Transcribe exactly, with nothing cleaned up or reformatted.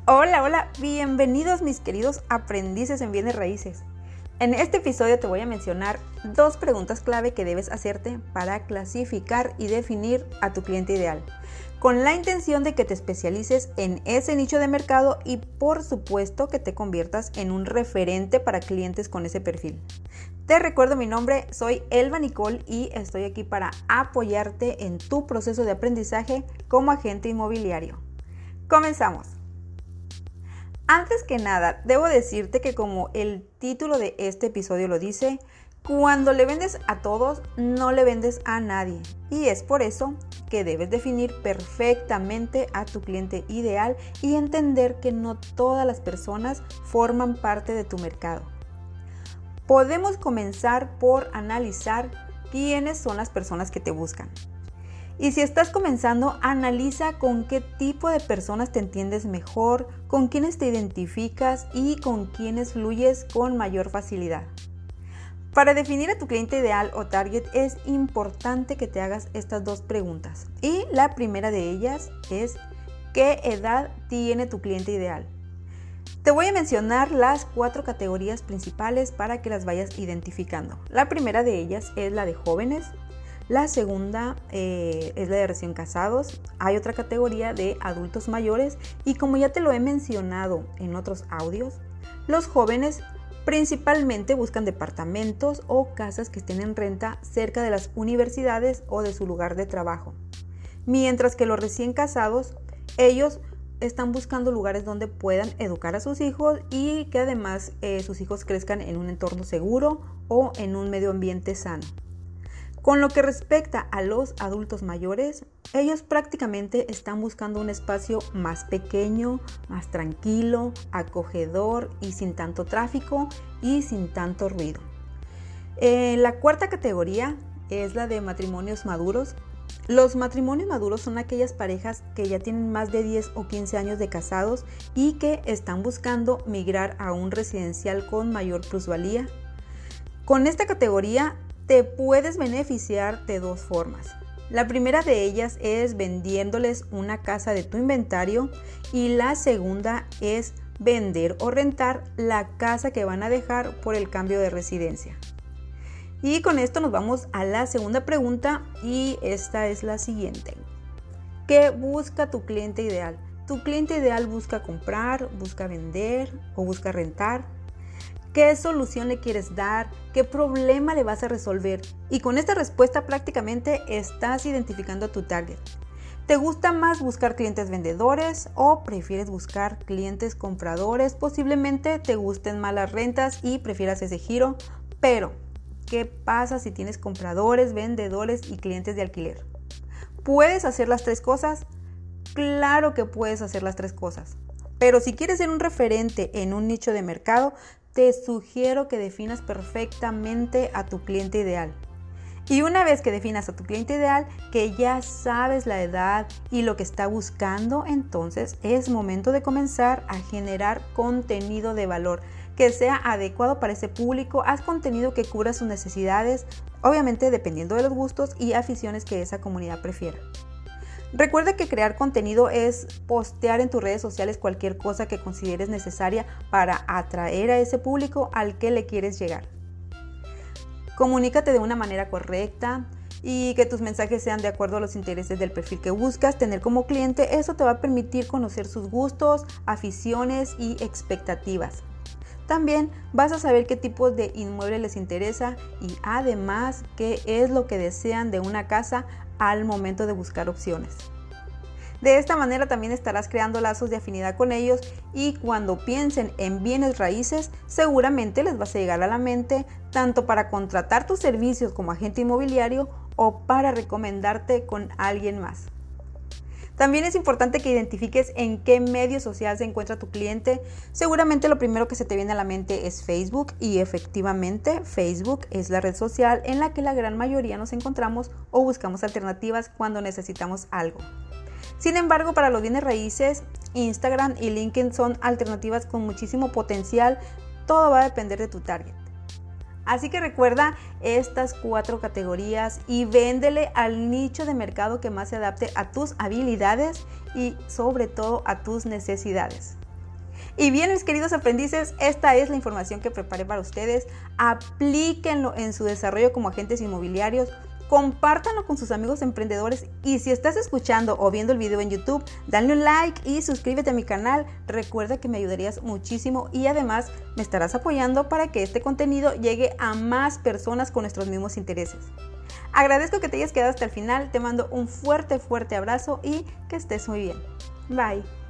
Hola, hola, bienvenidos mis queridos aprendices en bienes raíces. En este episodio te voy a mencionar dos preguntas clave que debes hacerte para clasificar y definir a tu cliente ideal, con la intención de que te especialices en ese nicho de mercado y por supuesto que te conviertas en un referente para clientes con ese perfil. Te recuerdo mi nombre, soy Elba Nicole y estoy aquí para apoyarte en tu proceso de aprendizaje como agente inmobiliario. Comenzamos. Antes que nada, debo decirte que como el título de este episodio lo dice, cuando le vendes a todos, no le vendes a nadie. Y es por eso que debes definir perfectamente a tu cliente ideal y entender que no todas las personas forman parte de tu mercado. Podemos comenzar por analizar quiénes son las personas que te buscan. Y si estás comenzando, analiza con qué tipo de personas te entiendes mejor, con quiénes te identificas y con quiénes fluyes con mayor facilidad. Para definir a tu cliente ideal o target es importante que te hagas estas dos preguntas. Y la primera de ellas es, ¿qué edad tiene tu cliente ideal? Te voy a mencionar las cuatro categorías principales para que las vayas identificando. La primera de ellas es la de jóvenes. La segunda eh, es la de recién casados. Hay otra categoría de adultos mayores y como ya te lo he mencionado en otros audios, los jóvenes principalmente buscan departamentos o casas que estén en renta cerca de las universidades o de su lugar de trabajo. Mientras que los recién casados, ellos están buscando lugares donde puedan educar a sus hijos y que además eh, sus hijos crezcan en un entorno seguro o en un medio ambiente sano. Con lo que respecta a los adultos mayores, ellos prácticamente están buscando un espacio más pequeño, más tranquilo, acogedor y sin tanto tráfico y sin tanto ruido. Eh, la cuarta categoría es la de matrimonios maduros. Los matrimonios maduros son aquellas parejas que ya tienen más de diez o quince años de casados y que están buscando migrar a un residencial con mayor plusvalía. Con esta categoría te puedes beneficiar de dos formas. La primera de ellas es vendiéndoles una casa de tu inventario y la segunda es vender o rentar la casa que van a dejar por el cambio de residencia. Y con esto nos vamos a la segunda pregunta y esta es la siguiente. ¿Qué busca tu cliente ideal? ¿Tu cliente ideal busca comprar, busca vender o busca rentar? ¿Qué solución le quieres dar? ¿Qué problema le vas a resolver? Y con esta respuesta prácticamente estás identificando a tu target. ¿Te gusta más buscar clientes vendedores o prefieres buscar clientes compradores? Posiblemente te gusten más las rentas y prefieras ese giro, pero ¿qué pasa si tienes compradores, vendedores y clientes de alquiler? ¿Puedes hacer las tres cosas? Claro que puedes hacer las tres cosas, pero si quieres ser un referente en un nicho de mercado, te sugiero que definas perfectamente a tu cliente ideal. Y una vez que definas a tu cliente ideal, que ya sabes la edad y lo que está buscando, entonces es momento de comenzar a generar contenido de valor que sea adecuado para ese público. Haz contenido que cubra sus necesidades, obviamente dependiendo de los gustos y aficiones que esa comunidad prefiera. Recuerda que crear contenido es postear en tus redes sociales cualquier cosa que consideres necesaria para atraer a ese público al que le quieres llegar. Comunícate de una manera correcta y que tus mensajes sean de acuerdo a los intereses del perfil que buscas tener como cliente. Eso te va a permitir conocer sus gustos, aficiones y expectativas. También vas a saber qué tipos de inmuebles les interesa y además qué es lo que desean de una casa al momento de buscar opciones. De esta manera también estarás creando lazos de afinidad con ellos y cuando piensen en bienes raíces seguramente les vas a llegar a la mente tanto para contratar tus servicios como agente inmobiliario o para recomendarte con alguien más. También es importante que identifiques en qué medio social se encuentra tu cliente. Seguramente lo primero que se te viene a la mente es Facebook y efectivamente Facebook es la red social en la que la gran mayoría nos encontramos o buscamos alternativas cuando necesitamos algo. Sin embargo, para los bienes raíces, Instagram y LinkedIn son alternativas con muchísimo potencial. Todo va a depender de tu target. Así que recuerda estas cuatro categorías y véndele al nicho de mercado que más se adapte a tus habilidades y sobre todo a tus necesidades. Y bien, mis queridos aprendices, esta es la información que preparé para ustedes. Aplíquenlo en su desarrollo como agentes inmobiliarios. Compártanlo con sus amigos emprendedores y si estás escuchando o viendo el video en YouTube, dale un like y suscríbete a mi canal. Recuerda que me ayudarías muchísimo y además me estarás apoyando para que este contenido llegue a más personas con nuestros mismos intereses. Agradezco que te hayas quedado hasta el final, te mando un fuerte, fuerte abrazo y que estés muy bien. Bye.